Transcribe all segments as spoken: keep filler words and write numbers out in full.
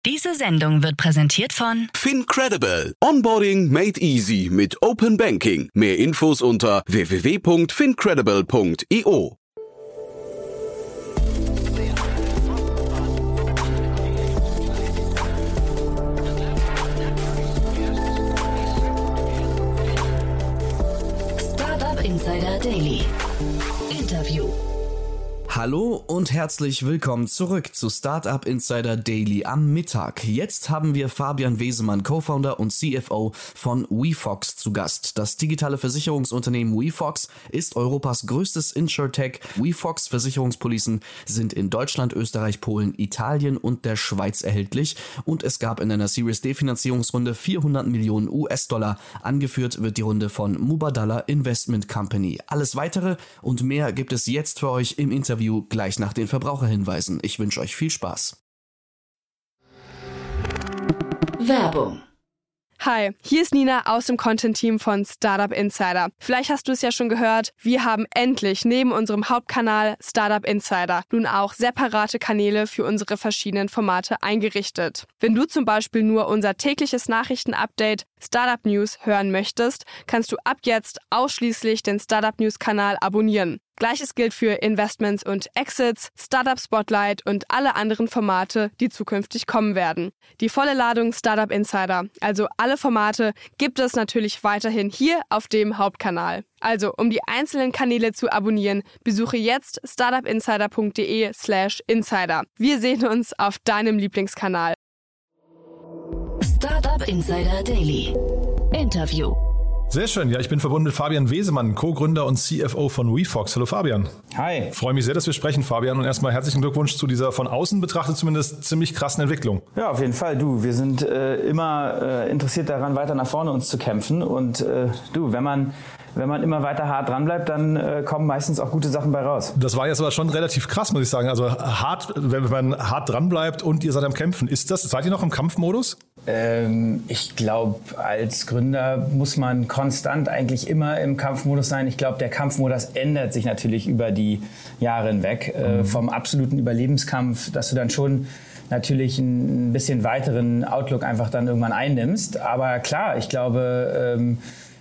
Diese Sendung wird präsentiert von FinCredible. Onboarding made easy mit Open Banking. Mehr Infos unter w w w punkt fincredible punkt i o. Startup Insider Daily. Interview. Hallo und herzlich willkommen zurück zu Startup Insider Daily am Mittag. Jetzt haben wir Fabian Wesemann, Co-Founder und C F O von WeFox zu Gast. Das digitale Versicherungsunternehmen WeFox ist Europas größtes InsurTech. WeFox Versicherungspolicen sind in Deutschland, Österreich, Polen, Italien und der Schweiz erhältlich und es gab in einer Series D Finanzierungsrunde vierhundert Millionen U S-Dollar. Angeführt wird die Runde von Mubadala Investment Company. Alles weitere und mehr gibt es jetzt für euch im Interview gleich nach den Verbraucherhinweisen. Ich wünsche euch viel Spaß. Werbung. Hi, hier ist Nina aus dem Content-Team von Startup Insider. Vielleicht hast du es ja schon gehört, wir haben endlich neben unserem Hauptkanal Startup Insider nun auch separate Kanäle für unsere verschiedenen Formate eingerichtet. Wenn du zum Beispiel nur unser tägliches Nachrichtenupdate Startup News hören möchtest, kannst du ab jetzt ausschließlich den Startup News-Kanal abonnieren. Gleiches gilt für Investments und Exits, Startup Spotlight und alle anderen Formate, die zukünftig kommen werden. Die volle Ladung Startup Insider, also alle Formate, gibt es natürlich weiterhin hier auf dem Hauptkanal. Also, um die einzelnen Kanäle zu abonnieren, besuche jetzt startupinsider punkt de slash insider. Wir sehen uns auf deinem Lieblingskanal. Startup Insider Daily. Interview. Sehr schön. Ja, ich bin verbunden mit Fabian Wesemann, Co-Gründer und C F O von WeFox. Hallo Fabian. Hi. Freue mich sehr, dass wir sprechen, Fabian. Und erstmal herzlichen Glückwunsch zu dieser von außen betrachtet zumindest ziemlich krassen Entwicklung. Ja, auf jeden Fall. Du, wir sind äh, immer äh, interessiert daran, weiter nach vorne uns zu kämpfen. Und äh, du, wenn man Wenn man immer weiter hart dran bleibt, dann äh, kommen meistens auch gute Sachen bei raus. Das war jetzt aber schon relativ krass, muss ich sagen. Also hart, wenn man hart dran bleibt und ihr seid am Kämpfen. Ist das, seid ihr noch im Kampfmodus? Ähm, ich glaube, als Gründer muss man konstant eigentlich immer im Kampfmodus sein. Ich glaube, der Kampfmodus ändert sich natürlich über die Jahre hinweg. Äh, vom absoluten Überlebenskampf, dass du dann schon natürlich ein bisschen weiteren Outlook einfach dann irgendwann einnimmst. Aber klar, ich glaube, ähm,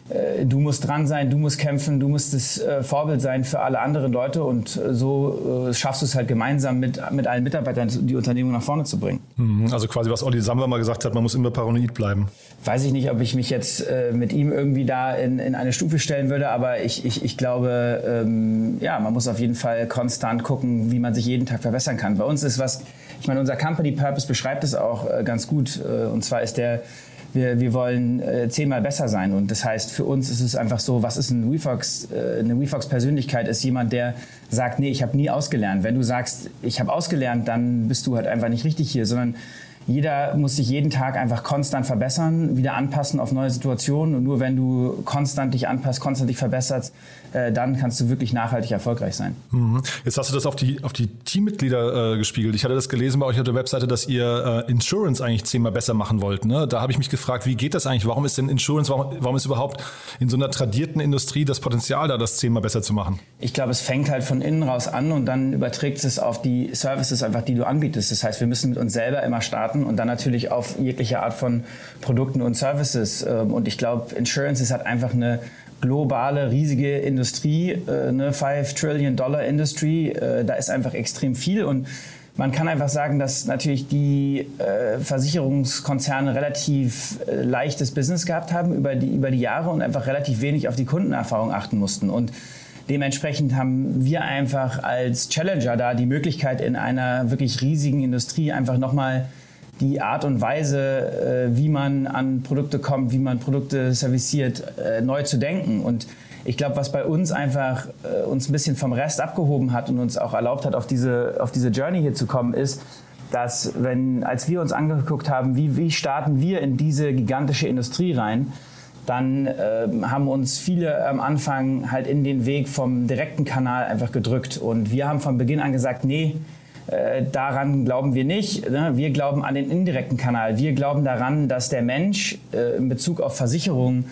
du musst dran sein, du musst kämpfen, du musst das äh, Vorbild sein für alle anderen Leute und äh, so äh, schaffst du es halt gemeinsam mit, mit allen Mitarbeitern, die Unternehmung nach vorne zu bringen. Also quasi, was Olli Samba mal gesagt hat, man muss immer paranoid bleiben. Weiß ich nicht, ob ich mich jetzt äh, mit ihm irgendwie da in, in eine Stufe stellen würde, aber ich, ich, ich glaube, ähm, ja, man muss auf jeden Fall konstant gucken, wie man sich jeden Tag verbessern kann. Bei uns ist was, ich meine, unser Company Purpose beschreibt es auch äh, ganz gut äh, und zwar ist der, Wir, wir wollen äh, zehnmal besser sein und das heißt, für uns ist es einfach so, was ist ein WeFox? Äh, eine WeFox-Persönlichkeit ist jemand, der sagt, nee, ich habe nie ausgelernt. Wenn du sagst, ich habe ausgelernt, dann bist du halt einfach nicht richtig hier, sondern jeder muss sich jeden Tag einfach konstant verbessern, wieder anpassen auf neue Situationen und nur wenn du konstant dich anpasst, konstant dich verbesserst, äh, dann kannst du wirklich nachhaltig erfolgreich sein. Mhm. Jetzt hast du das auf die, auf die Teammitglieder äh, gespiegelt. Ich hatte das gelesen bei euch auf der Webseite, dass ihr äh, Insurance eigentlich zehnmal besser machen wollt. Ne? Da habe ich mich gefragt, wie geht das eigentlich? Warum ist denn Insurance, warum, warum ist überhaupt in so einer tradierten Industrie das Potenzial da, das zehnmal besser zu machen? Ich glaube, es fängt halt von innen raus an und dann überträgt es auf die Services einfach, die du anbietest. Das heißt, wir müssen mit uns selber immer starten und dann natürlich auf jegliche Art von Produkten und Services. Und ich glaube, Insurance ist halt einfach eine globale, riesige Industrie, eine five Trillion Dollar Industry. Da ist einfach extrem viel und man kann einfach sagen, dass natürlich die äh, Versicherungskonzerne relativ äh, leichtes Business gehabt haben über die, über die Jahre und einfach relativ wenig auf die Kundenerfahrung achten mussten. Und dementsprechend haben wir einfach als Challenger da die Möglichkeit, in einer wirklich riesigen Industrie einfach nochmal die Art und Weise, äh, wie man an Produkte kommt, wie man Produkte serviciert, äh, neu zu denken. Und ich glaube, was bei uns einfach äh, uns ein bisschen vom Rest abgehoben hat und uns auch erlaubt hat, auf diese, auf diese Journey hier zu kommen, ist, dass wenn, als wir uns angeguckt haben, wie, wie starten wir in diese gigantische Industrie rein, dann äh, haben uns viele am Anfang halt in den Weg vom direkten Kanal einfach gedrückt. Und wir haben von Beginn an gesagt, nee, äh, daran glauben wir nicht. Ne? Wir glauben an den indirekten Kanal. Wir glauben daran, dass der Mensch äh, in Bezug auf Versicherungen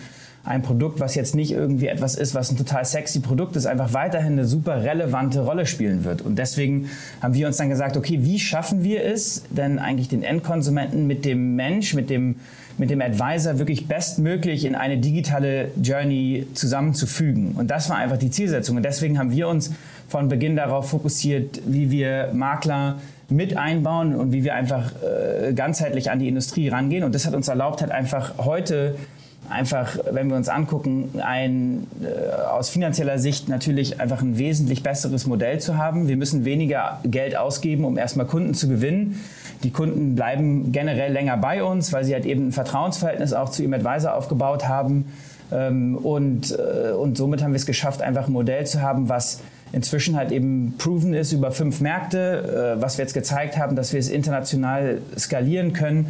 ein Produkt, was jetzt nicht irgendwie etwas ist, was ein total sexy Produkt ist, einfach weiterhin eine super relevante Rolle spielen wird. Und deswegen haben wir uns dann gesagt, okay, wie schaffen wir es denn eigentlich den Endkonsumenten mit dem Mensch, mit dem, mit dem Advisor wirklich bestmöglich in eine digitale Journey zusammenzufügen? Und das war einfach die Zielsetzung. Und deswegen haben wir uns von Beginn darauf fokussiert, wie wir Makler mit einbauen und wie wir einfach äh, ganzheitlich an die Industrie rangehen. Und das hat uns erlaubt, halt einfach heute einfach, wenn wir uns angucken, ein äh, aus finanzieller Sicht natürlich einfach ein wesentlich besseres Modell zu haben. Wir müssen weniger Geld ausgeben, um erstmal Kunden zu gewinnen. Die Kunden bleiben generell länger bei uns, weil sie halt eben ein Vertrauensverhältnis auch zu ihrem Advisor aufgebaut haben. Ähm, und, äh, und somit haben wir es geschafft, einfach ein Modell zu haben, was inzwischen halt eben proven ist über fünf Märkte, äh, was wir jetzt gezeigt haben, dass wir es international skalieren können.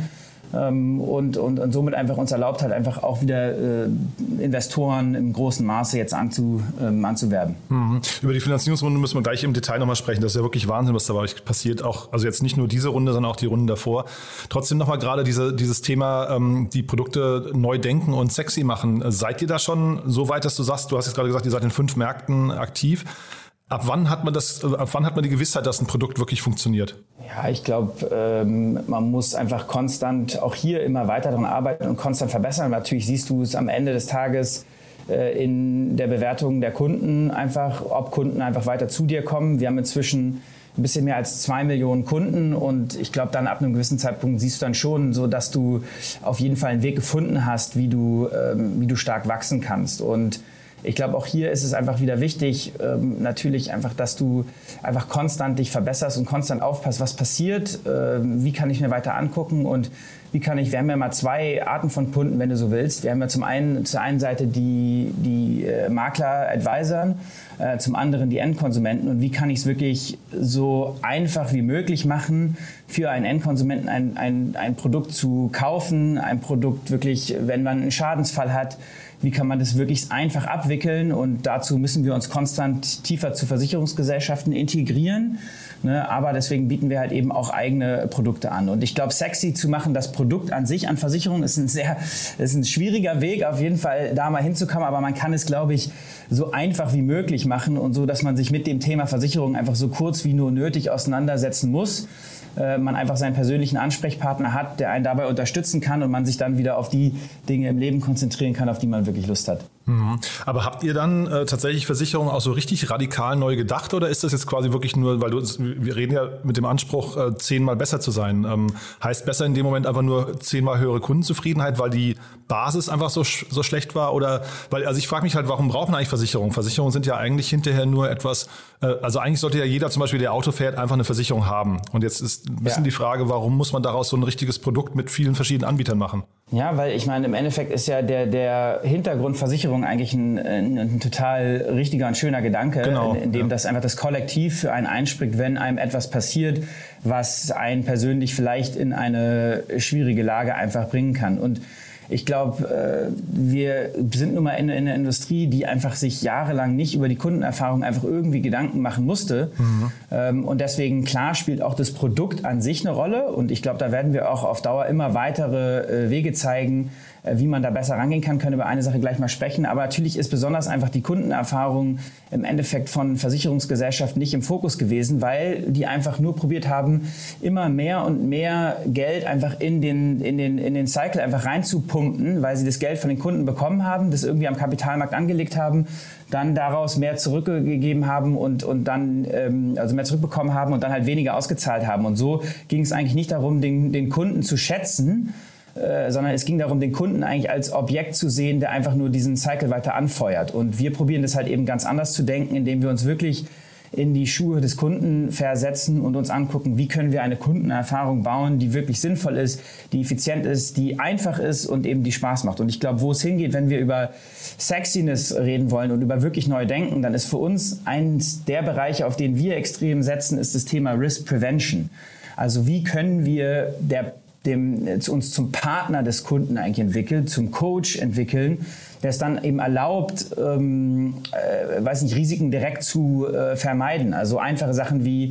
Und, und, und somit einfach uns erlaubt hat, einfach auch wieder äh, Investoren im großen Maße jetzt anzu, ähm, anzuwerben. Mhm. Über die Finanzierungsrunde müssen wir gleich im Detail nochmal sprechen. Das ist ja wirklich Wahnsinn, was dabei passiert. Auch, also jetzt nicht nur diese Runde, sondern auch die Runden davor. Trotzdem nochmal gerade diese, dieses Thema, ähm, die Produkte neu denken und sexy machen. Seid ihr da schon so weit, dass du sagst, du hast jetzt gerade gesagt, ihr seid in fünf Märkten aktiv. Ab wann hat man das, ab wann hat man die Gewissheit, dass ein Produkt wirklich funktioniert? Ja, ich glaube, ähm, man muss einfach konstant auch hier immer weiter daran arbeiten und konstant verbessern. Natürlich siehst du es am Ende des Tages äh, in der Bewertung der Kunden einfach, ob Kunden einfach weiter zu dir kommen. Wir haben inzwischen ein bisschen mehr als zwei Millionen Kunden und ich glaube, dann ab einem gewissen Zeitpunkt siehst du dann schon so, dass du auf jeden Fall einen Weg gefunden hast, wie du, ähm, wie du stark wachsen kannst. Und ich glaube, auch hier ist es einfach wieder wichtig, ähm, natürlich einfach, dass du einfach konstant dich verbesserst und konstant aufpasst, was passiert, ähm, wie kann ich mir weiter angucken und wie kann ich, wir haben ja mal zwei Arten von Kunden, wenn du so willst. Wir haben ja zum einen, zur einen Seite die, die äh, Makler, Advisoren, äh, zum anderen die Endkonsumenten und wie kann ich es wirklich so einfach wie möglich machen, für einen Endkonsumenten ein, ein, ein Produkt zu kaufen, ein Produkt wirklich, wenn man einen Schadensfall hat, wie kann man das wirklich einfach abwickeln und dazu müssen wir uns konstant tiefer zu Versicherungsgesellschaften integrieren, ne? Aber deswegen bieten wir halt eben auch eigene Produkte an und ich glaube, sexy zu machen, das Produkt an sich an Versicherungen ist ein sehr, ist ein schwieriger Weg auf jeden Fall da mal hinzukommen, aber man kann es, glaube ich, so einfach wie möglich machen und so, dass man sich mit dem Thema Versicherung einfach so kurz wie nur nötig auseinandersetzen muss. Man einfach seinen persönlichen Ansprechpartner hat, der einen dabei unterstützen kann und man sich dann wieder auf die Dinge im Leben konzentrieren kann, auf die man wirklich Lust hat. Mhm. Aber habt ihr dann äh, tatsächlich Versicherungen auch so richtig radikal neu gedacht oder ist das jetzt quasi wirklich nur, weil du, wir reden ja mit dem Anspruch, äh, zehnmal besser zu sein. Ähm, heißt besser in dem Moment einfach nur zehnmal höhere Kundenzufriedenheit, weil die Basis einfach so, so schlecht war? Oder weil, also ich frage mich halt, warum braucht man eigentlich Versicherungen? Versicherungen sind ja eigentlich hinterher nur etwas, äh, also eigentlich sollte ja jeder zum Beispiel, der Auto fährt, einfach eine Versicherung haben. Und jetzt ist ein bisschen ja. die Frage, warum muss man daraus so ein richtiges Produkt mit vielen verschiedenen Anbietern machen? Ja, weil ich meine, im Endeffekt ist ja der, der Hintergrund Versicherung eigentlich ein, ein, ein total richtiger und schöner Gedanke, genau, in, in dem ja. das einfach das Kollektiv für einen einspringt, wenn einem etwas passiert, was einen persönlich vielleicht in eine schwierige Lage einfach bringen kann. Und ich glaube, wir sind nun mal in einer Industrie, die einfach sich jahrelang nicht über die Kundenerfahrung einfach irgendwie Gedanken machen musste. Mhm. Und deswegen, klar, spielt auch das Produkt an sich eine Rolle. Und ich glaube, da werden wir auch auf Dauer immer weitere Wege zeigen, wie man da besser rangehen kann, können über eine Sache gleich mal sprechen. Aber natürlich ist besonders einfach die Kundenerfahrung im Endeffekt von Versicherungsgesellschaften nicht im Fokus gewesen, weil die einfach nur probiert haben, immer mehr und mehr Geld einfach in den, in den, in den Cycle einfach reinzupumpen, weil sie das Geld von den Kunden bekommen haben, das irgendwie am Kapitalmarkt angelegt haben, dann daraus mehr zurückgegeben haben und, und dann ähm, also mehr zurückbekommen haben und dann halt weniger ausgezahlt haben. Und so ging es eigentlich nicht darum, den, den Kunden zu schätzen, Äh, sondern es ging darum, den Kunden eigentlich als Objekt zu sehen, der einfach nur diesen Cycle weiter anfeuert. Und wir probieren das halt eben ganz anders zu denken, indem wir uns wirklich in die Schuhe des Kunden versetzen und uns angucken, wie können wir eine Kundenerfahrung bauen, die wirklich sinnvoll ist, die effizient ist, die einfach ist und eben die Spaß macht. Und ich glaube, wo es hingeht, wenn wir über Sexiness reden wollen und über wirklich neu denken, dann ist für uns eins der Bereiche, auf den wir extrem setzen, ist das Thema Risk Prevention. Also wie können wir der Dem, uns zum Partner des Kunden eigentlich entwickelt, zum Coach entwickeln, der es dann eben erlaubt, ähm, äh, weiß nicht, Risiken direkt zu äh, vermeiden. Also einfache Sachen wie,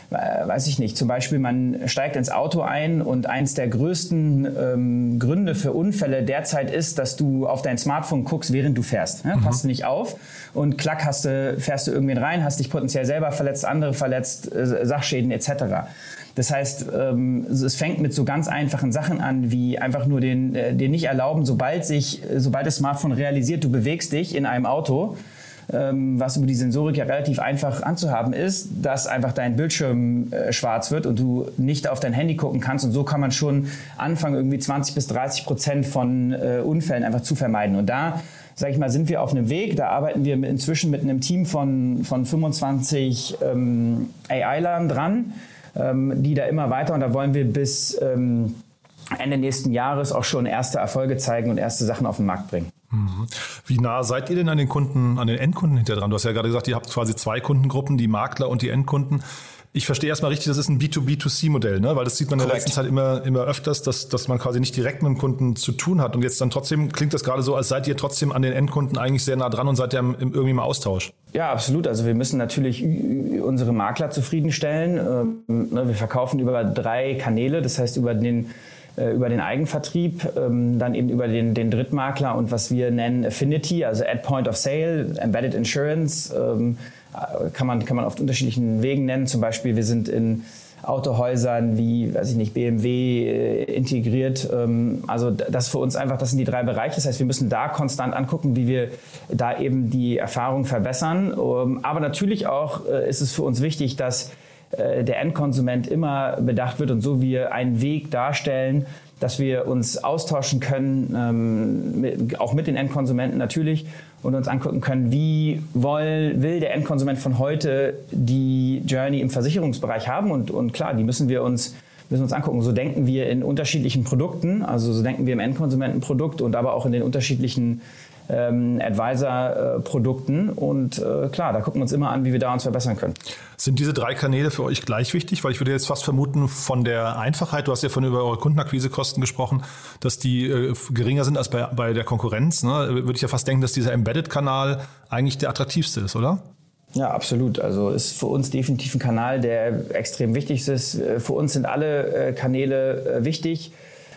weiß ich nicht, zum Beispiel man steigt ins Auto ein und eins der größten ähm, Gründe für Unfälle derzeit ist, dass du auf dein Smartphone guckst, während du fährst. Ne? Mhm. Passt du nicht auf und klack, hast du, fährst du irgendwen rein, hast dich potenziell selber verletzt, andere verletzt, äh, Sachschäden et cetera. Das heißt, ähm, es fängt mit so ganz einfachen Sachen an, wie einfach nur den, äh, den nicht erlauben, sobald, sich, sobald das Smartphone realisiert, du bewegst dich in einem Auto, was über die Sensorik ja relativ einfach anzuhaben ist, dass einfach dein Bildschirm äh, schwarz wird und du nicht auf dein Handy gucken kannst. Und so kann man schon anfangen, irgendwie zwanzig bis dreißig Prozent von äh, Unfällen einfach zu vermeiden. Und da, sage ich mal, sind wir auf einem Weg. Da arbeiten wir inzwischen mit einem Team von, von fünfundzwanzig ähm, A I-Lern dran, ähm, die da immer weiter, und da wollen wir bis ähm, Ende nächsten Jahres auch schon erste Erfolge zeigen und erste Sachen auf den Markt bringen. Wie nah seid ihr denn an den Kunden, an den Endkunden hinterher dran? Du hast ja gerade gesagt, ihr habt quasi zwei Kundengruppen, die Makler und die Endkunden. Ich verstehe erstmal richtig, das ist ein B zwei B zwei C Modell, ne? Weil das sieht man in der letzten Zeit immer, immer öfters, dass, dass man quasi nicht direkt mit dem Kunden zu tun hat. Und jetzt dann trotzdem klingt das gerade so, als seid ihr trotzdem an den Endkunden eigentlich sehr nah dran und seid ihr im, im, irgendwie im Austausch. Ja, absolut. Also wir müssen natürlich unsere Makler zufriedenstellen. Wir verkaufen über drei Kanäle, das heißt über den über den Eigenvertrieb, ähm, dann eben über den, den Drittmakler und was wir nennen Affinity, also at Point of Sale, Embedded Insurance, ähm, kann man, kann man auf unterschiedlichen Wegen nennen. Zum Beispiel, wir sind in Autohäusern wie, weiß ich nicht, B M W äh, integriert. Ähm, also das für uns einfach, das sind die drei Bereiche. Das heißt, wir müssen da konstant angucken, wie wir da eben die Erfahrung verbessern. Ähm, aber natürlich auch äh, ist es für uns wichtig, dass der Endkonsument immer bedacht wird und so wir einen Weg darstellen, dass wir uns austauschen können, ähm, mit, auch mit den Endkonsumenten natürlich, und uns angucken können, wie will, will der Endkonsument von heute die Journey im Versicherungsbereich haben, und, und klar, die müssen wir uns müssen uns angucken. So denken wir in unterschiedlichen Produkten, also so denken wir im Endkonsumentenprodukt und aber auch in den unterschiedlichen Ähm, Advisor-Produkten, und äh, klar, da gucken wir uns immer an, wie wir da uns verbessern können. Sind diese drei Kanäle für euch gleich wichtig? Weil ich würde jetzt fast vermuten, von der Einfachheit, du hast ja von über eure Kundenakquisekosten gesprochen, dass die äh, geringer sind als bei, bei der Konkurrenz. Ne? Würde ich ja fast denken, dass dieser Embedded-Kanal eigentlich der attraktivste ist, oder? Ja, absolut. Also ist für uns definitiv ein Kanal, der extrem wichtig ist. Für uns sind alle äh, Kanäle äh, wichtig.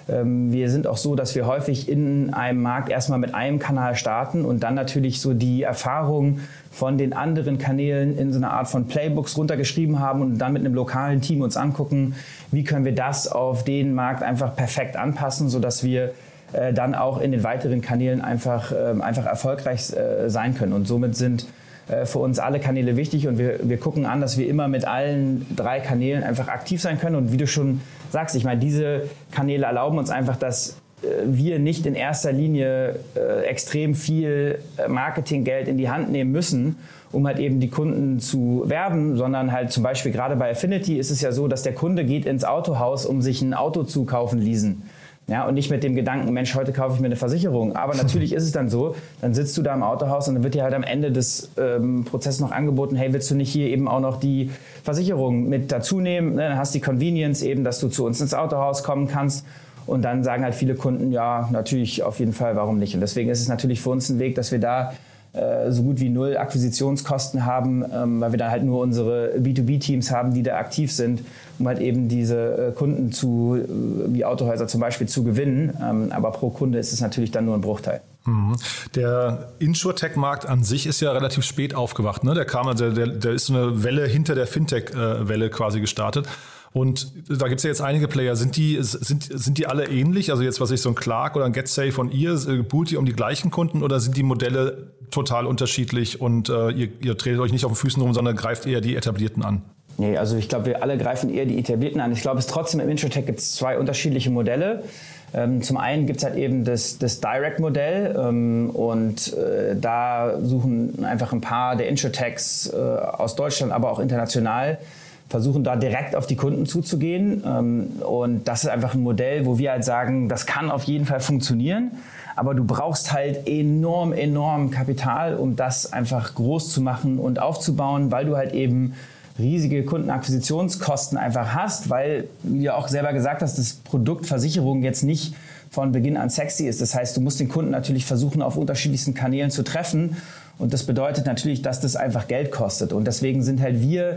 Wir sind auch so, dass wir häufig in einem Markt erstmal mit einem Kanal starten und dann natürlich so die Erfahrung von den anderen Kanälen in so einer Art von Playbooks runtergeschrieben haben und dann mit einem lokalen Team uns angucken, wie können wir das auf den Markt einfach perfekt anpassen, sodass wir äh, dann auch in den weiteren Kanälen einfach, äh, einfach erfolgreich äh, sein können. Und somit sind äh, für uns alle Kanäle wichtig, und wir, wir gucken an, dass wir immer mit allen drei Kanälen einfach aktiv sein können. Und wie du schon sagst, ich meine, diese Kanäle erlauben uns einfach, dass äh, wir nicht in erster Linie äh, extrem viel Marketinggeld in die Hand nehmen müssen, um halt eben die Kunden zu werben, sondern halt zum Beispiel gerade bei Affinity ist es ja so, dass der Kunde geht ins Autohaus, um sich ein Auto zu kaufen, leasen. Ja, und nicht mit dem Gedanken, Mensch, heute kaufe ich mir eine Versicherung. Aber natürlich ist es dann so, dann sitzt du da im Autohaus und dann wird dir halt am Ende des ähm, Prozesses noch angeboten, hey, willst du nicht hier eben auch noch die Versicherung mit dazu nehmen? Dann hast du die Convenience eben, dass du zu uns ins Autohaus kommen kannst. Und dann sagen halt viele Kunden, ja, natürlich, auf jeden Fall, warum nicht? Und deswegen ist es natürlich für uns ein Weg, dass wir da äh, so gut wie null Akquisitionskosten haben, ähm, weil wir da halt nur unsere B zwei B Teams haben, die da aktiv sind, um halt eben diese äh, Kunden zu, äh, wie Autohäuser zum Beispiel, zu gewinnen. Ähm, aber pro Kunde ist es natürlich dann nur ein Bruchteil. Mhm. Der Insurtech-Markt an sich ist ja relativ spät aufgewacht. Ne? Der kam, also der, der ist so eine Welle hinter der Fintech-Welle quasi gestartet. Und da gibt es ja jetzt einige Player. Sind die, sind, sind die alle ähnlich? Also jetzt, was ich so ein Clark oder ein GetSafe von ihr, buhlt ihr um die gleichen Kunden, oder sind die Modelle total unterschiedlich und äh, ihr, ihr tretet euch nicht auf den Füßen rum, sondern greift eher die etablierten an? Nee, also ich glaube, wir alle greifen eher die etablierten an. Ich glaube, es trotzdem im Insurtech gibt es zwei unterschiedliche Modelle. Ähm, zum einen gibt es halt eben das, das Direct-Modell ähm, und äh, da suchen einfach ein paar der Insurtechs äh, aus Deutschland, aber auch international, versuchen da direkt auf die Kunden zuzugehen. Und das ist einfach ein Modell, wo wir halt sagen, das kann auf jeden Fall funktionieren, aber du brauchst halt enorm, enorm Kapital, um das einfach groß zu machen und aufzubauen, weil du halt eben riesige Kundenakquisitionskosten einfach hast, weil, wie du auch selber gesagt hast, das Produkt Versicherung jetzt nicht von Beginn an sexy ist. Das heißt, du musst den Kunden natürlich versuchen, auf unterschiedlichsten Kanälen zu treffen. Und das bedeutet natürlich, dass das einfach Geld kostet. Und deswegen sind halt wir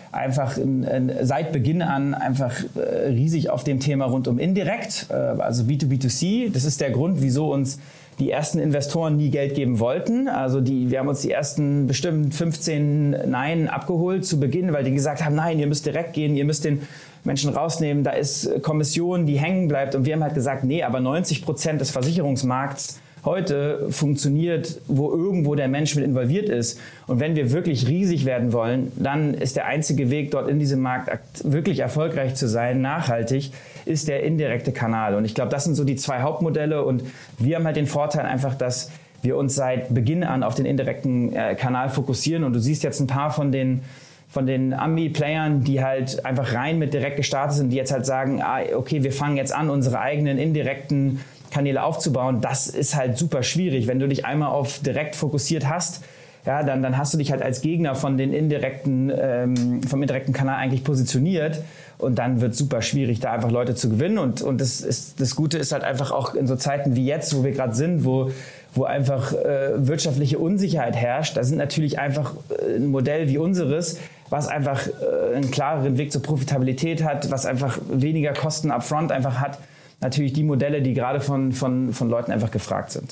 einfach seit Beginn an einfach riesig auf dem Thema rund um Indirekt, also B zwei B zwei C. Das ist der Grund, wieso uns die ersten Investoren nie Geld geben wollten. Also die, wir haben uns die ersten bestimmt fünfzehn Nein abgeholt zu Beginn, weil die gesagt haben, nein, ihr müsst direkt gehen, ihr müsst den Menschen rausnehmen, da ist Kommission, die hängen bleibt. Und wir haben halt gesagt, nee, aber neunzig Prozent des Versicherungsmarkts heute funktioniert, wo irgendwo der Mensch mit involviert ist. Und wenn wir wirklich riesig werden wollen, dann ist der einzige Weg, dort in diesem Markt wirklich erfolgreich zu sein, nachhaltig, ist der indirekte Kanal. Und ich glaube, das sind so die zwei Hauptmodelle. Und wir haben halt den Vorteil einfach, dass wir uns seit Beginn an auf den indirekten äh, Kanal fokussieren. Und du siehst jetzt ein paar von den von den Ambi-Playern, die halt einfach rein mit direkt gestartet sind, die jetzt halt sagen, ah, okay, wir fangen jetzt an, unsere eigenen indirekten Kanäle aufzubauen. Das ist halt super schwierig. Wenn du dich einmal auf direkt fokussiert hast, ja, dann, dann hast du dich halt als Gegner von den indirekten, ähm, vom indirekten Kanal eigentlich positioniert. Und dann wird es super schwierig, da einfach Leute zu gewinnen. Und, und das, ist, das Gute ist halt einfach auch in so Zeiten wie jetzt, wo wir gerade sind, wo, wo einfach äh, wirtschaftliche Unsicherheit herrscht. Da sind natürlich einfach äh, ein Modell wie unseres, was einfach äh, einen klareren Weg zur Profitabilität hat, was einfach weniger Kosten upfront einfach hat. Natürlich die Modelle, die gerade von, von, von Leuten einfach gefragt sind.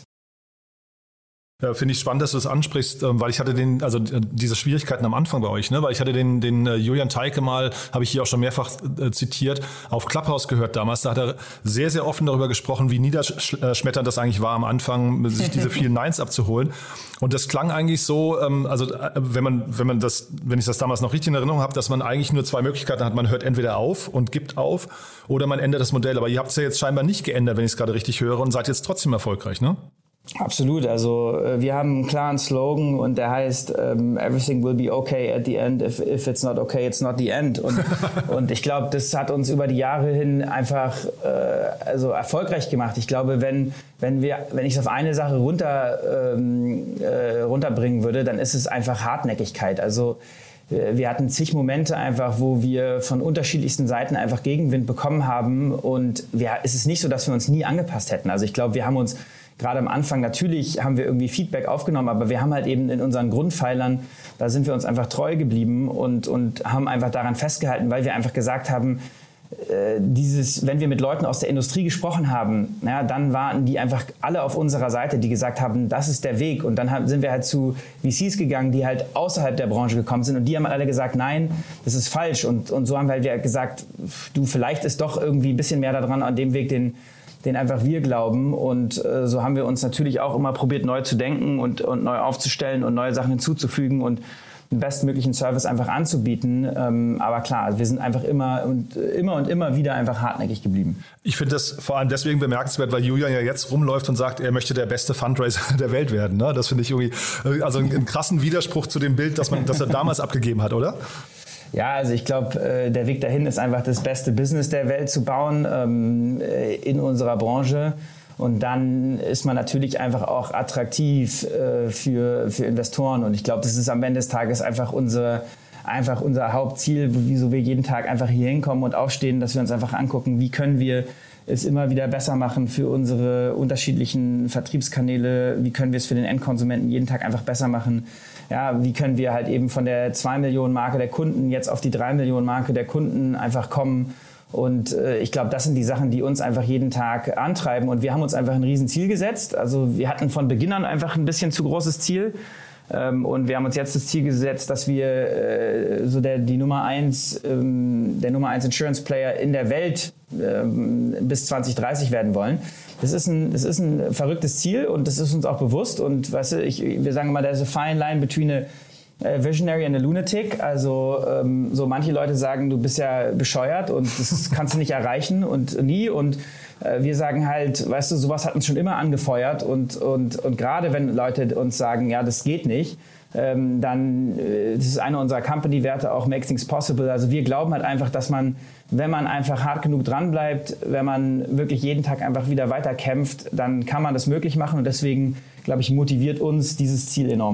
Ja, finde ich spannend, dass du das ansprichst, weil ich hatte den, also diese Schwierigkeiten am Anfang bei euch, ne, weil ich hatte den, den Julian Teike mal, habe ich hier auch schon mehrfach äh, zitiert, auf Clubhouse gehört damals. Da hat er sehr, sehr offen darüber gesprochen, wie niederschmetternd das eigentlich war am Anfang, sich diese vielen Neins abzuholen. Und das klang eigentlich so, ähm, also wenn man, wenn man das, wenn ich das damals noch richtig in Erinnerung habe, dass man eigentlich nur zwei Möglichkeiten hat. Man hört entweder auf und gibt auf oder man ändert das Modell. Aber ihr habt es ja jetzt scheinbar nicht geändert, wenn ich es gerade richtig höre, und seid jetzt trotzdem erfolgreich, ne? Absolut, also wir haben einen klaren Slogan und der heißt um, everything will be okay at the end, if, if it's not okay, it's not the end. Und, und ich glaube, das hat uns über die Jahre hin einfach äh, also erfolgreich gemacht. Ich glaube, wenn, wenn, wir, wenn ich es auf eine Sache runter, ähm, äh, runterbringen würde, dann ist es einfach Hartnäckigkeit. Also wir hatten zig Momente einfach, wo wir von unterschiedlichsten Seiten einfach Gegenwind bekommen haben, und wir, es ist nicht so, dass wir uns nie angepasst hätten. Also ich glaube, wir haben uns gerade am Anfang, natürlich haben wir irgendwie Feedback aufgenommen, aber wir haben halt eben in unseren Grundpfeilern, da sind wir uns einfach treu geblieben und, und haben einfach daran festgehalten, weil wir einfach gesagt haben, äh, dieses, wenn wir mit Leuten aus der Industrie gesprochen haben, ja, dann waren die einfach alle auf unserer Seite, die gesagt haben, das ist der Weg. Und dann haben, sind wir halt zu V Cs gegangen, die halt außerhalb der Branche gekommen sind, und die haben alle gesagt, nein, das ist falsch. Und, und so haben wir halt gesagt, du, vielleicht ist doch irgendwie ein bisschen mehr daran an dem Weg, den den einfach wir glauben, und äh, so haben wir uns natürlich auch immer probiert, neu zu denken und, und neu aufzustellen und neue Sachen hinzuzufügen und den bestmöglichen Service einfach anzubieten. Ähm, aber klar, also wir sind einfach immer und immer und immer wieder einfach hartnäckig geblieben. Ich finde das vor allem deswegen bemerkenswert, weil Julian ja jetzt rumläuft und sagt, er möchte der beste Fundraiser der Welt werden. Ne? Das finde ich irgendwie also einen, einen krassen Widerspruch zu dem Bild, das, man, das er damals abgegeben hat, oder? Ja, also ich glaube, äh, der Weg dahin ist einfach das beste Business der Welt zu bauen ähm, in unserer Branche. Und dann ist man natürlich einfach auch attraktiv äh, für, für Investoren. Und ich glaube, das ist am Ende des Tages einfach unser, einfach unser Hauptziel, wieso wir jeden Tag einfach hier hinkommen und aufstehen, dass wir uns einfach angucken, wie können wir es immer wieder besser machen für unsere unterschiedlichen Vertriebskanäle, wie können wir es für den Endkonsumenten jeden Tag einfach besser machen. Ja, wie können wir halt eben von der zwei Millionen Marke der Kunden jetzt auf die drei Millionen Marke der Kunden einfach kommen. Und äh, ich glaube, das sind die Sachen, die uns einfach jeden Tag antreiben. Und wir haben uns einfach ein Riesenziel gesetzt. Also wir hatten von Beginn an einfach ein bisschen zu großes Ziel. Ähm, und wir haben uns jetzt das Ziel gesetzt, dass wir äh, so der, die Nummer eins, ähm, der Nummer eins Insurance Player in der Welt ähm, bis zwanzig dreißig werden wollen. Das ist ein, das ist ein verrücktes Ziel, und das ist uns auch bewusst. Und weißt du, ich, wir sagen immer, there's a fine line between a visionary and a lunatic. Also ähm, so manche Leute sagen, du bist ja bescheuert und das kannst du nicht erreichen und nie. Und äh, wir sagen halt, weißt du, sowas hat uns schon immer angefeuert. Und, und, und gerade wenn Leute uns sagen, ja, das geht nicht, ähm, dann äh, das ist eine unserer Company-Werte auch, make things possible. Also wir glauben halt einfach, dass man, wenn man einfach hart genug dranbleibt, wenn man wirklich jeden Tag einfach wieder weiter kämpft, dann kann man das möglich machen. Und deswegen, glaube ich, motiviert uns dieses Ziel enorm.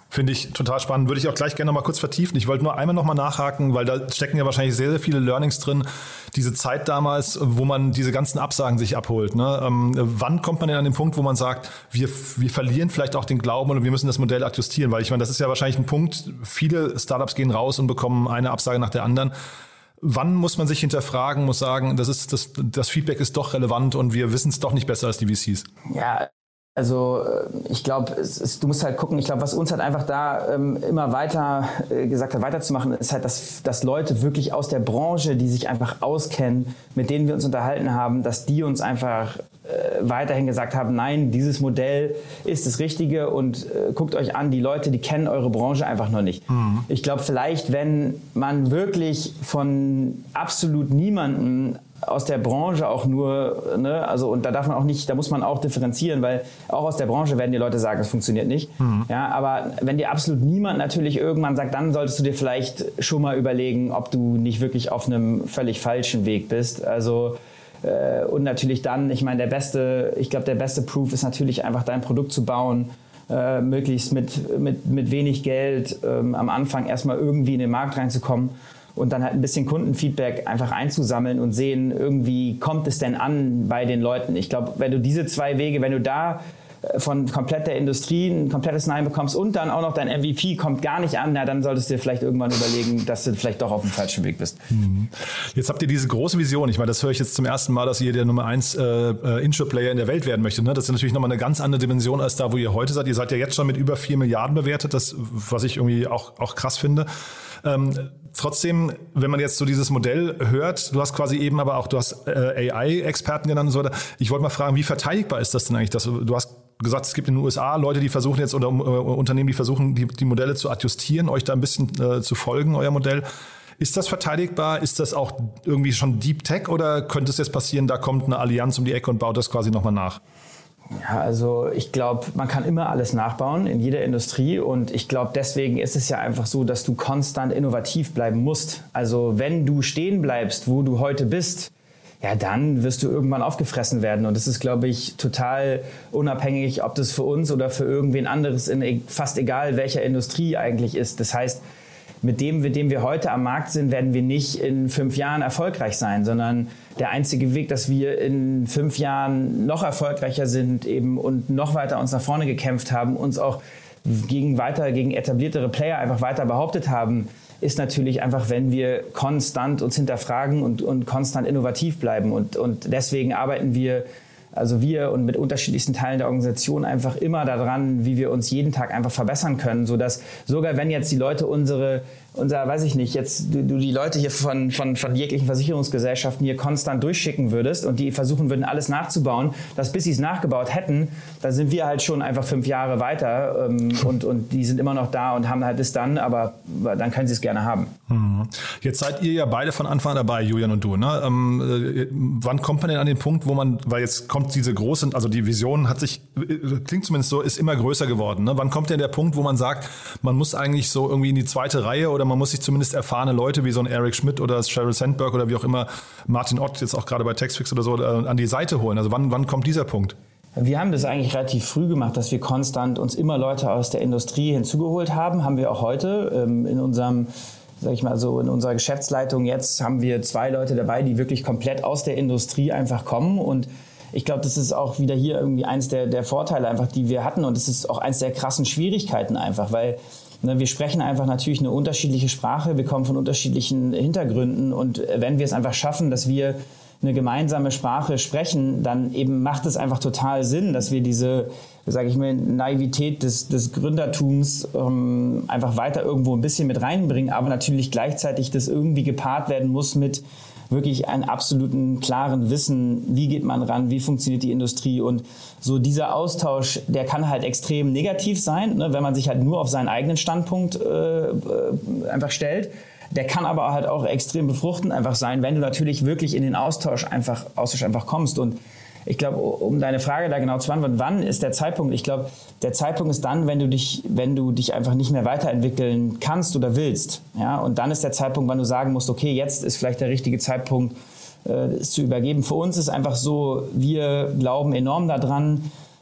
Finde ich total spannend. Würde ich auch gleich gerne noch mal kurz vertiefen. Ich wollte nur einmal noch mal nachhaken, weil da stecken ja wahrscheinlich sehr, sehr viele Learnings drin. Diese Zeit damals, wo man diese ganzen Absagen sich abholt. Ne? Ähm, wann kommt man denn an den Punkt, wo man sagt, wir, wir verlieren vielleicht auch den Glauben und wir müssen das Modell adjustieren? Weil ich meine, das ist ja wahrscheinlich ein Punkt. Viele Startups gehen raus und bekommen eine Absage nach der anderen. Wann muss man sich hinterfragen, muss sagen, das, ist, das, das Feedback ist doch relevant und wir wissen es doch nicht besser als die V Cs? Ja, also ich glaube, du musst halt gucken, ich glaube, was uns halt einfach da ähm, immer weiter äh, gesagt hat, weiterzumachen, ist halt, dass, dass Leute wirklich aus der Branche, die sich einfach auskennen, mit denen wir uns unterhalten haben, dass die uns einfach äh, weiterhin gesagt haben, nein, dieses Modell ist das Richtige und äh, guckt euch an, die Leute, die kennen eure Branche einfach noch nicht. Mhm. Ich glaube, vielleicht, wenn man wirklich von absolut niemandem aus der Branche auch nur, ne, also und da darf man auch nicht, da muss man auch differenzieren, weil auch aus der Branche werden die Leute sagen, es funktioniert nicht. Mhm. Ja, aber wenn dir absolut niemand natürlich irgendwann sagt, dann solltest du dir vielleicht schon mal überlegen, ob du nicht wirklich auf einem völlig falschen Weg bist. Also äh, und natürlich dann, ich meine, der beste, ich glaube, der beste Proof ist natürlich einfach dein Produkt zu bauen, äh, möglichst mit, mit, mit wenig Geld ähm, am Anfang erstmal irgendwie in den Markt reinzukommen. Und dann halt ein bisschen Kundenfeedback einfach einzusammeln und sehen, irgendwie kommt es denn an bei den Leuten. Ich glaube, wenn du diese zwei Wege, wenn du da von komplett der Industrie ein komplettes Nein bekommst und dann auch noch dein M V P kommt gar nicht an, na, dann solltest du dir vielleicht irgendwann überlegen, dass du vielleicht doch auf dem falschen Weg bist. Jetzt habt ihr diese große Vision. Ich meine, das höre ich jetzt zum ersten Mal, dass ihr der Nummer eins äh, Insure-Player in der Welt werden möchtet. Ne? Das ist natürlich nochmal eine ganz andere Dimension als da, wo ihr heute seid. Ihr seid ja jetzt schon mit über vier Milliarden bewertet, das, was ich irgendwie auch, auch krass finde. Ähm, trotzdem, wenn man jetzt so dieses Modell hört, du hast quasi eben aber auch, du hast äh, A I-Experten genannt und so weiter. Ich wollte mal fragen, wie verteidigbar ist das denn eigentlich? Dass du, du hast gesagt, es gibt in den U S A Leute, die versuchen jetzt, oder äh, Unternehmen, die versuchen, die, die Modelle zu adjustieren, euch da ein bisschen äh, zu folgen, euer Modell. Ist das verteidigbar? Ist das auch irgendwie schon Deep Tech oder könnte es jetzt passieren, da kommt eine Allianz um die Ecke und baut das quasi nochmal nach? Ja, also ich glaube, man kann immer alles nachbauen in jeder Industrie und ich glaube, deswegen ist es ja einfach so, dass du konstant innovativ bleiben musst. Also wenn du stehen bleibst, wo du heute bist, ja, dann wirst du irgendwann aufgefressen werden und das ist, glaube ich, total unabhängig, ob das für uns oder für irgendwen anderes in fast egal welcher Industrie eigentlich ist. Das heißt, mit dem, mit dem wir heute am Markt sind, werden wir nicht in fünf Jahren erfolgreich sein, sondern der einzige Weg, dass wir in fünf Jahren noch erfolgreicher sind eben und noch weiter uns nach vorne gekämpft haben, uns auch gegen weiter, gegen etabliertere Player einfach weiter behauptet haben, ist natürlich einfach, wenn wir konstant uns hinterfragen und, und konstant innovativ bleiben. Und, und deswegen arbeiten wir, also wir und mit unterschiedlichsten Teilen der Organisation einfach immer daran, wie wir uns jeden Tag einfach verbessern können, sodass sogar wenn jetzt die Leute unsere, unser, weiß ich nicht, jetzt du, du die Leute hier von, von, von jeglichen Versicherungsgesellschaften hier konstant durchschicken würdest und die versuchen würden, alles nachzubauen, dass bis sie es nachgebaut hätten, da sind wir halt schon einfach fünf Jahre weiter ähm, und, und die sind immer noch da und haben halt es dann, aber dann können sie es gerne haben. Mhm. Jetzt seid ihr ja beide von Anfang an dabei, Julian und du. Ne? Ähm, äh, wann kommt man denn an den Punkt, wo man, weil jetzt kommt diese große, also die Vision hat sich, klingt zumindest so, ist immer größer geworden. Ne? Wann kommt denn der Punkt, wo man sagt, man muss eigentlich so irgendwie in die zweite Reihe oder man muss sich zumindest erfahrene Leute wie so ein Eric Schmidt oder Sheryl Sandberg oder wie auch immer, Martin Ott jetzt auch gerade bei Taxfix oder so, an die Seite holen? Also wann, wann kommt dieser Punkt? Wir haben das eigentlich relativ früh gemacht, dass wir konstant uns immer Leute aus der Industrie hinzugeholt haben. Haben wir auch heute ähm, in unserem sag ich mal so, in unserer Geschäftsleitung jetzt haben wir zwei Leute dabei, die wirklich komplett aus der Industrie einfach kommen und ich glaube, das ist auch wieder hier irgendwie eins der, der Vorteile einfach, die wir hatten und das ist auch eins der krassen Schwierigkeiten einfach, weil ne, wir sprechen einfach natürlich eine unterschiedliche Sprache, wir kommen von unterschiedlichen Hintergründen und wenn wir es einfach schaffen, dass wir eine gemeinsame Sprache sprechen, dann eben macht es einfach total Sinn, dass wir diese, sage ich mal, Naivität des, des Gründertums ähm, einfach weiter irgendwo ein bisschen mit reinbringen, aber natürlich gleichzeitig das irgendwie gepaart werden muss mit wirklich einem absoluten klaren Wissen, wie geht man ran, wie funktioniert die Industrie und so dieser Austausch, der kann halt extrem negativ sein, ne, wenn man sich halt nur auf seinen eigenen Standpunkt äh, einfach stellt. Der kann aber halt auch extrem befruchtend einfach sein, wenn du natürlich wirklich in den Austausch einfach, Austausch einfach kommst. Und ich glaube, um deine Frage da genau zu beantworten, wann ist der Zeitpunkt? Ich glaube, der Zeitpunkt ist dann, wenn du dich, wenn du dich einfach nicht mehr weiterentwickeln kannst oder willst. Ja? Und dann ist der Zeitpunkt, wann du sagen musst, okay, jetzt ist vielleicht der richtige Zeitpunkt, äh, es zu übergeben. Für uns ist einfach so, wir glauben enorm daran,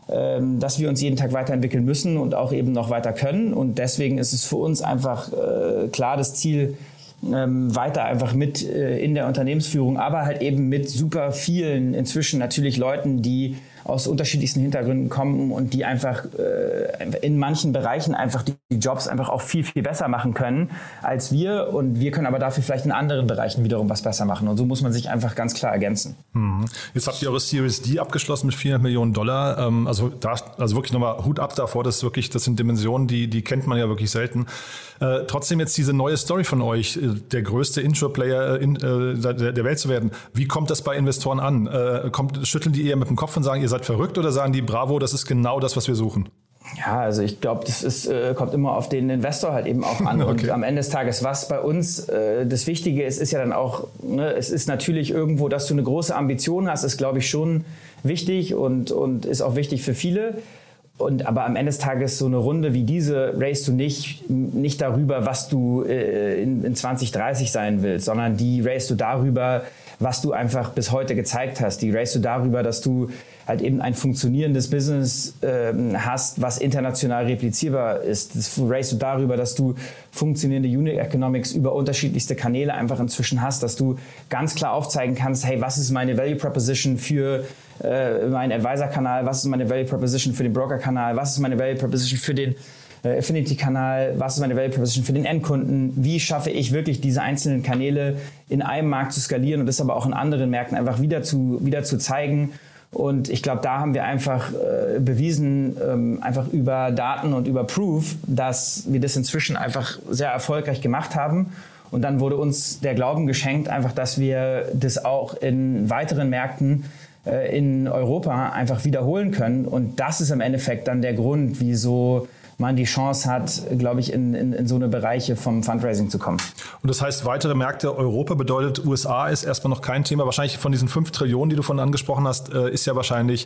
ähm, dass wir uns jeden Tag weiterentwickeln müssen und auch eben noch weiter können. Und deswegen ist es für uns einfach äh, klar das Ziel, ähm, weiter einfach mit äh, in der Unternehmensführung, aber halt eben mit super vielen inzwischen natürlich Leuten, die aus unterschiedlichsten Hintergründen kommen und die einfach äh, in manchen Bereichen einfach die, die Jobs einfach auch viel, viel besser machen können als wir. Und wir können aber dafür vielleicht in anderen Bereichen wiederum was besser machen. Und so muss man sich einfach ganz klar ergänzen. Mhm. Jetzt habt ihr eure Series D abgeschlossen mit vierhundert Millionen Dollar. Ähm, also, da, also wirklich nochmal Hut ab davor. Das ist wirklich, das sind Dimensionen, die, die kennt man ja wirklich selten. Äh, trotzdem jetzt diese neue Story von euch, der größte Intro-Player in, äh, der, der Welt zu werden. Wie kommt das bei Investoren an? Äh, kommt, schütteln die eher mit dem Kopf und sagen, ihr seid verrückt, oder sagen die, bravo, das ist genau das, was wir suchen? Ja, also ich glaube, das ist, äh, kommt immer auf den Investor halt eben auch an. Okay. Und am Ende des Tages, was bei uns äh, das Wichtige ist, ist ja dann auch, ne, es ist natürlich irgendwo, dass du eine große Ambition hast, ist, glaube ich, schon wichtig und, und ist auch wichtig für viele. Und aber am Ende des Tages so eine Runde wie diese racest du nicht, nicht darüber, was du äh, in, in zwanzig dreißig sein willst, sondern die racest du darüber, was du einfach bis heute gezeigt hast. Die racest du darüber, dass du halt eben ein funktionierendes Business ähm, hast, was international replizierbar ist. Das racest du darüber, dass du funktionierende Unit Economics über unterschiedlichste Kanäle einfach inzwischen hast, dass du ganz klar aufzeigen kannst, hey, was ist meine Value Proposition für äh, meinen Advisor-Kanal, was ist meine Value Proposition für den Broker-Kanal, was ist meine Value Proposition für den äh, Affinity-Kanal, was ist meine Value Proposition für den Endkunden, wie schaffe ich wirklich diese einzelnen Kanäle in einem Markt zu skalieren und das aber auch in anderen Märkten einfach wieder zu, wieder zu zeigen. Und ich glaube, da haben wir einfach äh, bewiesen, ähm, einfach über Daten und über Proof, dass wir das inzwischen einfach sehr erfolgreich gemacht haben. Und dann wurde uns der Glauben geschenkt, einfach, dass wir das auch in weiteren Märkten äh, in Europa einfach wiederholen können. Und das ist im Endeffekt dann der Grund, wieso man die Chance hat, glaube ich, in, in, in so eine Bereiche vom Fundraising zu kommen. Und das heißt, weitere Märkte Europa bedeutet, U S A ist erstmal noch kein Thema. Wahrscheinlich von diesen fünf Trillionen, die du vorhin angesprochen hast, ist ja wahrscheinlich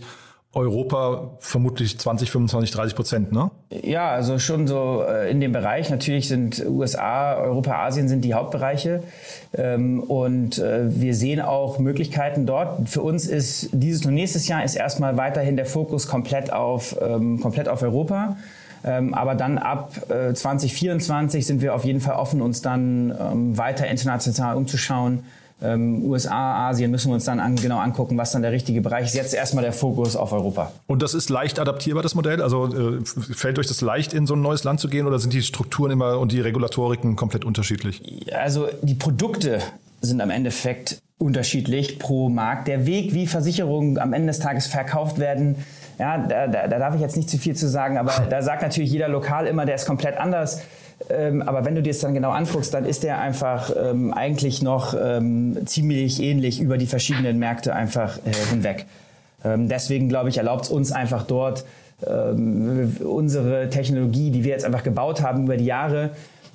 Europa vermutlich zwanzig, fünfundzwanzig, dreißig Prozent, ne? Ja, also schon so in dem Bereich. Natürlich sind U S A, Europa, Asien sind die Hauptbereiche. Und wir sehen auch Möglichkeiten dort. Für uns ist dieses und nächstes Jahr ist erstmal weiterhin der Fokus komplett auf, komplett auf Europa. Ähm, aber dann ab äh, zwanzig vierundzwanzig sind wir auf jeden Fall offen, uns dann ähm, weiter international umzuschauen. Ähm, U S A, Asien müssen wir uns dann an, genau angucken, was dann der richtige Bereich ist. Jetzt erstmal der Fokus auf Europa. Und das ist leicht adaptierbar, das Modell? Also äh, fällt euch das leicht, in so ein neues Land zu gehen, oder sind die Strukturen immer und die Regulatoriken komplett unterschiedlich? Also die Produkte sind am Endeffekt unterschiedlich pro Markt. Der Weg, wie Versicherungen am Ende des Tages verkauft werden, ja, da, da, da darf ich jetzt nicht zu viel zu sagen, aber da sagt natürlich jeder lokal immer, der ist komplett anders. Ähm, aber wenn du dir das dann genau anguckst, dann ist der einfach ähm, eigentlich noch ähm, ziemlich ähnlich über die verschiedenen Märkte einfach äh, hinweg. Ähm, deswegen, glaube ich, erlaubt es uns einfach dort ähm, unsere Technologie, die wir jetzt einfach gebaut haben über die Jahre,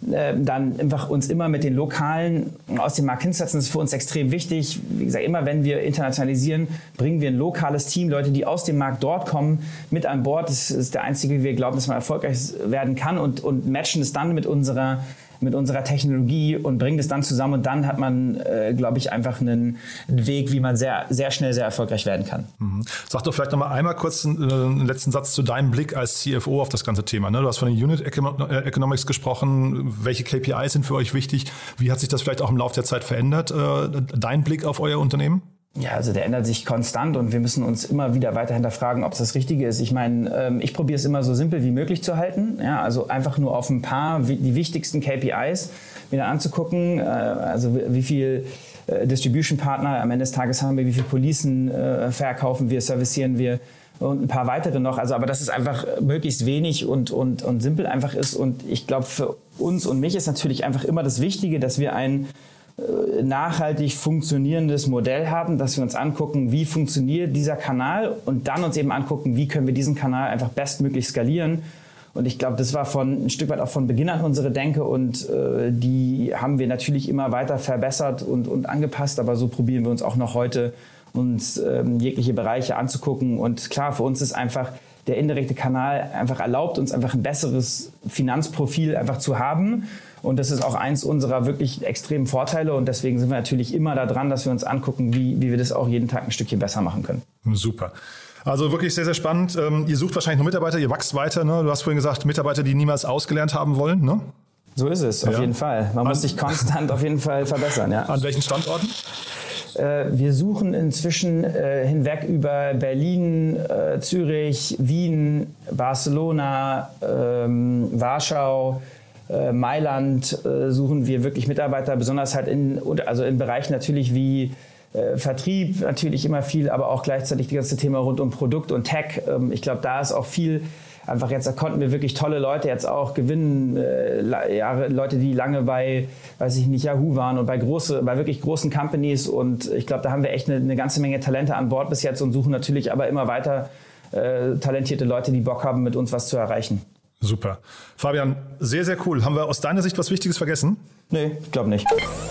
dann einfach uns immer mit den Lokalen aus dem Markt hinsetzen. Das ist für uns extrem wichtig. Wie gesagt, immer wenn wir internationalisieren, bringen wir ein lokales Team, Leute, die aus dem Markt dort kommen, mit an Bord. Das ist der einzige, wie wir glauben, dass man erfolgreich werden kann, und, und matchen es dann mit unserer mit unserer Technologie und bringen das dann zusammen, und dann hat man, äh, glaube ich, einfach einen, einen Weg, wie man sehr, sehr schnell sehr erfolgreich werden kann. Mhm. Sag doch vielleicht noch mal einmal kurz einen, einen letzten Satz zu deinem Blick als C F O auf das ganze Thema. Ne? Du hast von den Unit Economics gesprochen. Welche K P Is sind für euch wichtig? Wie hat sich das vielleicht auch im Laufe der Zeit verändert? Äh, dein Blick auf euer Unternehmen? Ja, also der ändert sich konstant, und wir müssen uns immer wieder weiter hinterfragen, ob es das Richtige ist. Ich meine, ähm, ich probiere es immer so simpel wie möglich zu halten. Ja, also einfach nur auf ein paar, die wichtigsten K P Is mir dann anzugucken. Äh, also wie viel äh, Distribution-Partner am Ende des Tages haben wir, wie viele Policen äh, verkaufen wir, servicieren wir und ein paar weitere noch. Also, aber dass es einfach möglichst wenig und, und, und simpel einfach ist. Und ich glaube, für uns und mich ist natürlich einfach immer das Wichtige, dass wir ein nachhaltig funktionierendes Modell haben, dass wir uns angucken, wie funktioniert dieser Kanal, und dann uns eben angucken, wie können wir diesen Kanal einfach bestmöglich skalieren. Und ich glaube, das war von ein Stück weit auch von Beginn an unsere Denke, und äh, die haben wir natürlich immer weiter verbessert und, und angepasst, aber so probieren wir uns auch noch heute, uns ähm, jegliche Bereiche anzugucken. Und klar, für uns ist einfach der indirekte Kanal einfach erlaubt, uns einfach ein besseres Finanzprofil einfach zu haben. Und das ist auch eins unserer wirklich extremen Vorteile. Und deswegen sind wir natürlich immer da dran, dass wir uns angucken, wie, wie wir das auch jeden Tag ein Stückchen besser machen können. Super. Also wirklich sehr, sehr spannend. Ähm, ihr sucht wahrscheinlich noch Mitarbeiter, ihr wächst weiter. Ne? Du hast vorhin gesagt, Mitarbeiter, die niemals ausgelernt haben wollen. Ne? So ist es, auf ja. jeden Fall. Man An muss sich konstant auf jeden Fall verbessern. Ja. An welchen Standorten? Äh, wir suchen inzwischen äh, hinweg über Berlin, äh, Zürich, Wien, Barcelona, ähm, Warschau, äh, Mailand äh, suchen wir wirklich Mitarbeiter, besonders halt in, also in Bereichen natürlich wie Äh, Vertrieb, natürlich immer viel, aber auch gleichzeitig das ganze Thema rund um Produkt und Tech. Ähm, ich glaube, da ist auch viel, einfach jetzt, da konnten wir wirklich tolle Leute jetzt auch gewinnen, äh, ja, Leute, die lange bei, weiß ich nicht, Yahoo waren und bei, große, bei wirklich großen Companies, und ich glaube, da haben wir echt eine, eine ganze Menge Talente an Bord bis jetzt und suchen natürlich aber immer weiter äh, talentierte Leute, die Bock haben, mit uns was zu erreichen. Super. Fabian, sehr, sehr cool. Haben wir aus deiner Sicht was Wichtiges vergessen? Nee, ich glaube nicht.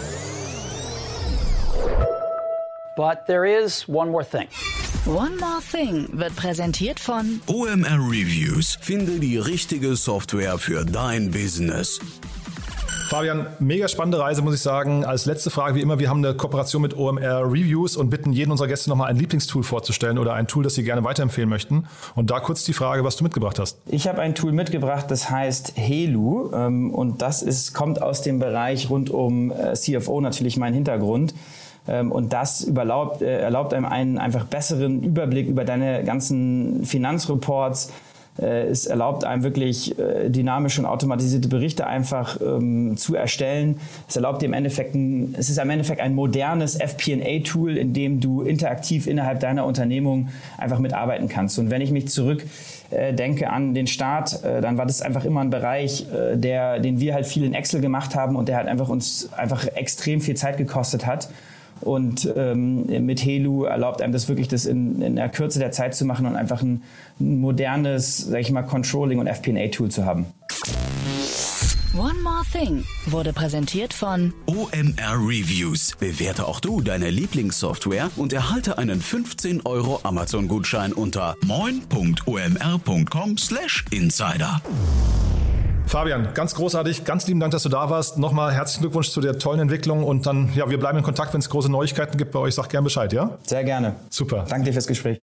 But there is one more thing. One More Thing wird präsentiert von O M R Reviews. Finde die richtige Software für dein Business. Fabian, mega spannende Reise, muss ich sagen. Als letzte Frage, wie immer, wir haben eine Kooperation mit O M R Reviews und bitten jeden unserer Gäste nochmal ein Lieblingstool vorzustellen oder ein Tool, das sie gerne weiterempfehlen möchten. Und da kurz die Frage, was du mitgebracht hast. Ich habe ein Tool mitgebracht, das heißt Helu, und das ist, kommt aus dem Bereich rund um C F O, natürlich mein Hintergrund. Und das überlaubt, äh, erlaubt einem einen einfach besseren Überblick über deine ganzen Finanzreports. Äh, es erlaubt einem wirklich äh, dynamische und automatisierte Berichte einfach ähm, zu erstellen. Es erlaubt dir im Endeffekt, ein, es ist im Endeffekt ein modernes F P and A-Tool, in dem du interaktiv innerhalb deiner Unternehmung einfach mitarbeiten kannst. Und wenn ich mich zurück äh, denke an den Start, äh, dann war das einfach immer ein Bereich, äh, der, den wir halt viel in Excel gemacht haben und der halt einfach uns einfach extrem viel Zeit gekostet hat. Und ähm, mit Helu erlaubt einem das wirklich, das in, in der Kürze der Zeit zu machen und einfach ein, ein modernes, sag ich mal, Controlling- und F P and A-Tool zu haben. One More Thing wurde präsentiert von O M R Reviews. Bewerte auch du deine Lieblingssoftware und erhalte einen fünfzehn Euro Amazon-Gutschein unter moin punkt o m r punkt com slash insider. Fabian, ganz großartig, ganz lieben Dank, dass du da warst. Nochmal herzlichen Glückwunsch zu der tollen Entwicklung und dann, ja, wir bleiben in Kontakt, wenn es große Neuigkeiten gibt bei euch. Sag gern Bescheid, ja? Sehr gerne. Super. Danke dir fürs Gespräch.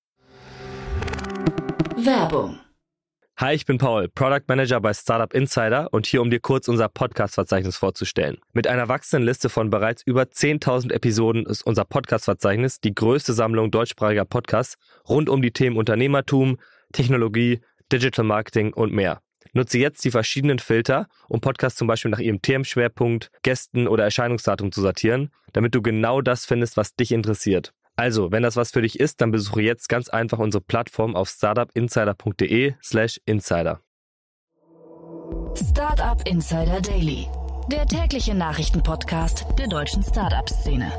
Werbung. Hi, ich bin Paul, Product Manager bei Startup Insider und hier, um dir kurz unser Podcast-Verzeichnis vorzustellen. Mit einer wachsenden Liste von bereits über zehntausend Episoden ist unser Podcast-Verzeichnis die größte Sammlung deutschsprachiger Podcasts rund um die Themen Unternehmertum, Technologie, Digital Marketing und mehr. Nutze jetzt die verschiedenen Filter, um Podcasts zum Beispiel nach ihrem Themenschwerpunkt, Gästen oder Erscheinungsdatum zu sortieren, damit du genau das findest, was dich interessiert. Also, wenn das was für dich ist, dann besuche jetzt ganz einfach unsere Plattform auf startupinsider punkt de slash insider. Startup Insider Daily, der tägliche Nachrichtenpodcast der deutschen Startup-Szene.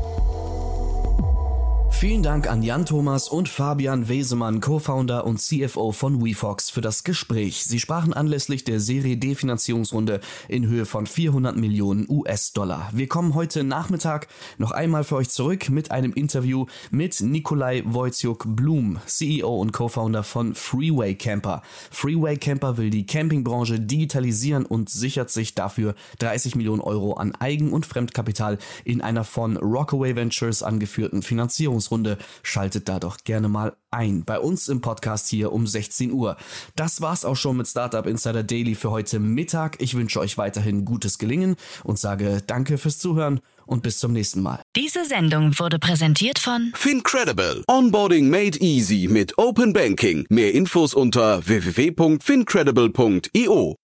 Vielen Dank an Jan Thomas und Fabian Wesemann, Co-Founder und C F O von WeFox, für das Gespräch. Sie sprachen anlässlich der Serie D-Finanzierungsrunde in Höhe von vierhundert Millionen U S-Dollar. Wir kommen heute Nachmittag noch einmal für euch zurück mit einem Interview mit Nikolai Wojciuk-Blum, C E O und Co-Founder von Freeway Camper. Freeway Camper will die Campingbranche digitalisieren und sichert sich dafür dreißig Millionen Euro an Eigen- und Fremdkapital in einer von Rockaway Ventures angeführten Finanzierungsrunde. Schaltet da doch gerne mal ein. Bei uns im Podcast hier um sechzehn Uhr. Das war's auch schon mit Startup Insider Daily für heute Mittag. Ich wünsche euch weiterhin gutes Gelingen und sage danke fürs Zuhören und bis zum nächsten Mal. Diese Sendung wurde präsentiert von FinCredible. Onboarding made easy mit Open Banking. Mehr Infos unter w w w punkt fincredible punkt i o.